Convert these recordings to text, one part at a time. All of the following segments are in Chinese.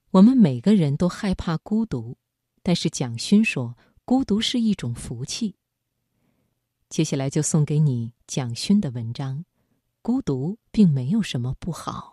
我们每个人都害怕孤独，但是蒋勋说，孤独是一种福气。接下来就送给你蒋勋的文章，孤独并没有什么不好。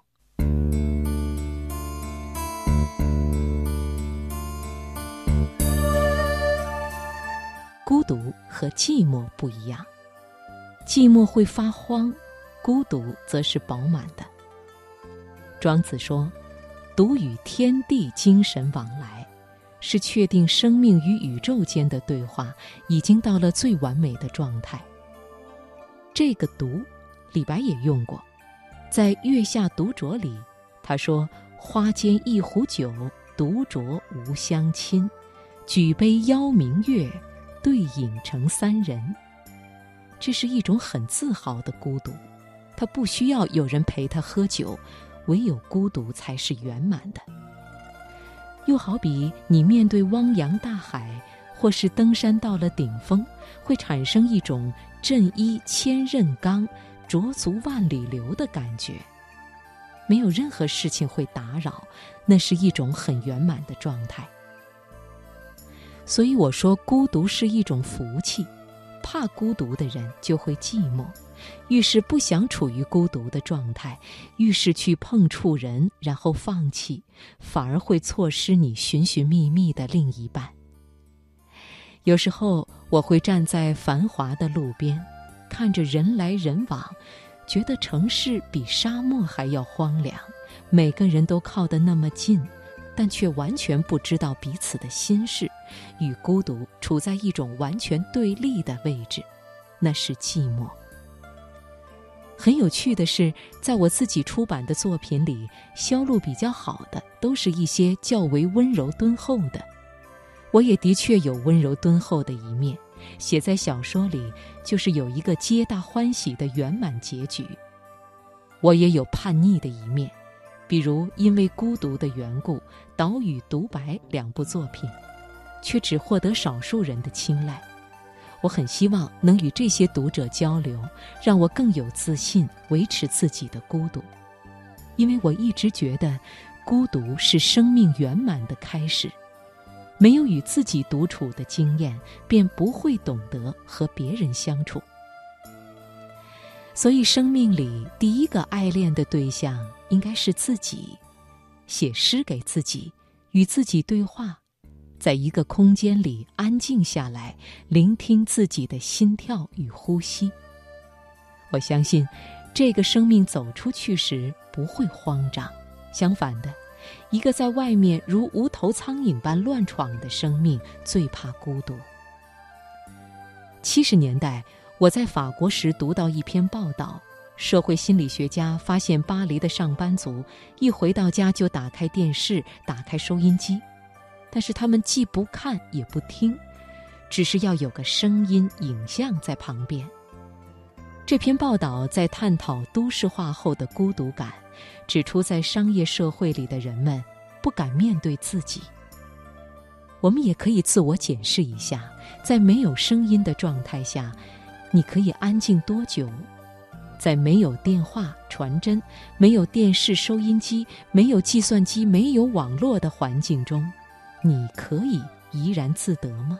孤独和寂寞不一样，寂寞会发慌，孤独则是饱满的。庄子说，独与天地精神往来，是确定生命与宇宙间的对话已经到了最完美的状态。这个独，李白也用过，在《月下独酌》里，他说，花间一壶酒，独酌无相亲，举杯邀明月，对饮成三人。这是一种很自豪的孤独，他不需要有人陪他喝酒，唯有孤独才是圆满的。又好比你面对汪洋大海，或是登山到了顶峰，会产生一种振衣千仞冈，濯足万里流的感觉。没有任何事情会打扰，那是一种很圆满的状态。所以我说，孤独是一种福气。怕孤独的人就会寂寞，愈是不想处于孤独的状态，愈是去碰触人，然后放弃，反而会错失你寻寻觅觅的另一半。有时候我会站在繁华的路边，看着人来人往，觉得城市比沙漠还要荒凉，每个人都靠得那么近，但却完全不知道彼此的心事，与孤独处在一种完全对立的位置，那是寂寞。很有趣的是，在我自己出版的作品里，销路比较好的都是一些较为温柔敦厚的。我也的确有温柔敦厚的一面，写在小说里就是有一个皆大欢喜的圆满结局。我也有叛逆的一面，比如因为孤独的缘故，《岛屿独白》2部作品，却只获得少数人的青睐。我很希望能与这些读者交流，让我更有自信，维持自己的孤独。因为我一直觉得，孤独是生命圆满的开始。没有与自己独处的经验，便不会懂得和别人相处。所以生命里第一个爱恋的对象应该是自己，写诗给自己，与自己对话，在一个空间里安静下来，聆听自己的心跳与呼吸。我相信这个生命走出去时不会慌张，相反的，一个在外面如无头苍蝇般乱闯的生命最怕孤独。70年代我在法国时读到一篇报道，社会心理学家发现巴黎的上班族一回到家就打开电视，打开收音机，但是他们既不看也不听，只是要有个声音影像在旁边。这篇报道在探讨都市化后的孤独感，指出在商业社会里的人们不敢面对自己。我们也可以自我检视一下，在没有声音的状态下，你可以安静多久？在没有电话传真，没有电视收音机，没有计算机，没有网络的环境中，你可以怡然自得吗？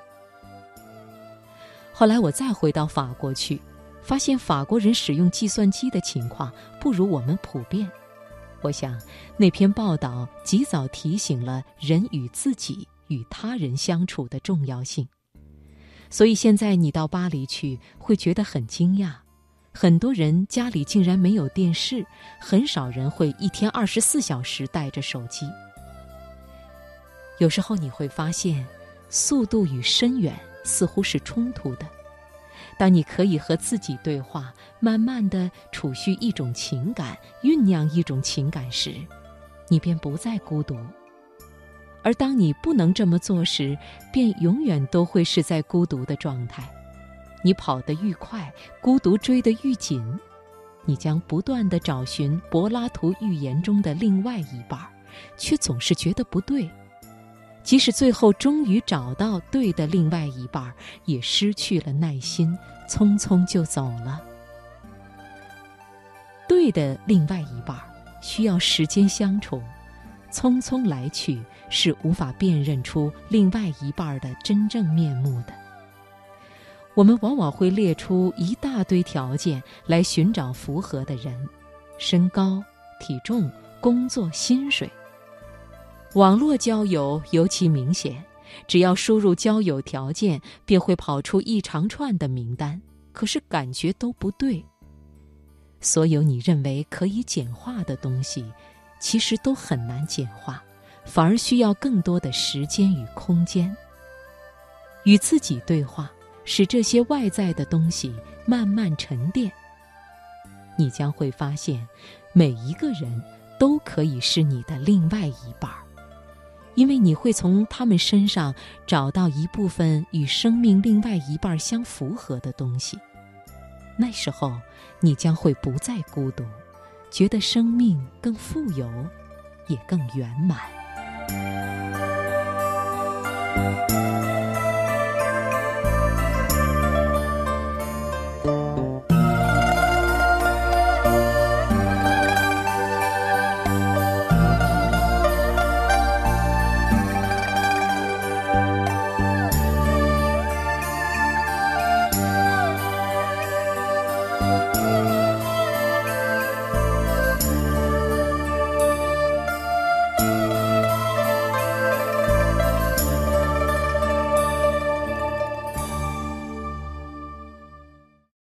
后来我再回到法国去，发现法国人使用计算机的情况不如我们普遍。我想那篇报道及早提醒了人与自己与他人相处的重要性。所以现在你到巴黎去，会觉得很惊讶，很多人家里竟然没有电视，很少人会一天24小时带着手机。有时候你会发现，速度与深远似乎是冲突的。当你可以和自己对话，慢慢地储蓄一种情感，酝酿一种情感时，你便不再孤独。而当你不能这么做时，便永远都会是在孤独的状态。你跑得愈快，孤独追得愈紧，你将不断地找寻柏拉图寓言中的另外一半，却总是觉得不对。即使最后终于找到对的另外一半，也失去了耐心，匆匆就走了。对的另外一半需要时间相处， 匆匆来去，是无法辨认出另外一半的真正面目的。我们往往会列出一大堆条件来寻找符合的人，身高、体重、工作、薪水。网络交友尤其明显，只要输入交友条件，便会跑出一长串的名单，可是感觉都不对。所有你认为可以简化的东西，其实都很难简化，反而需要更多的时间与空间。与自己对话，使这些外在的东西慢慢沉淀，你将会发现，每一个人都可以是你的另外一半，因为你会从他们身上找到一部分与生命另外一半相符合的东西。那时候，你将会不再孤独，觉得生命更富有，也更圆满。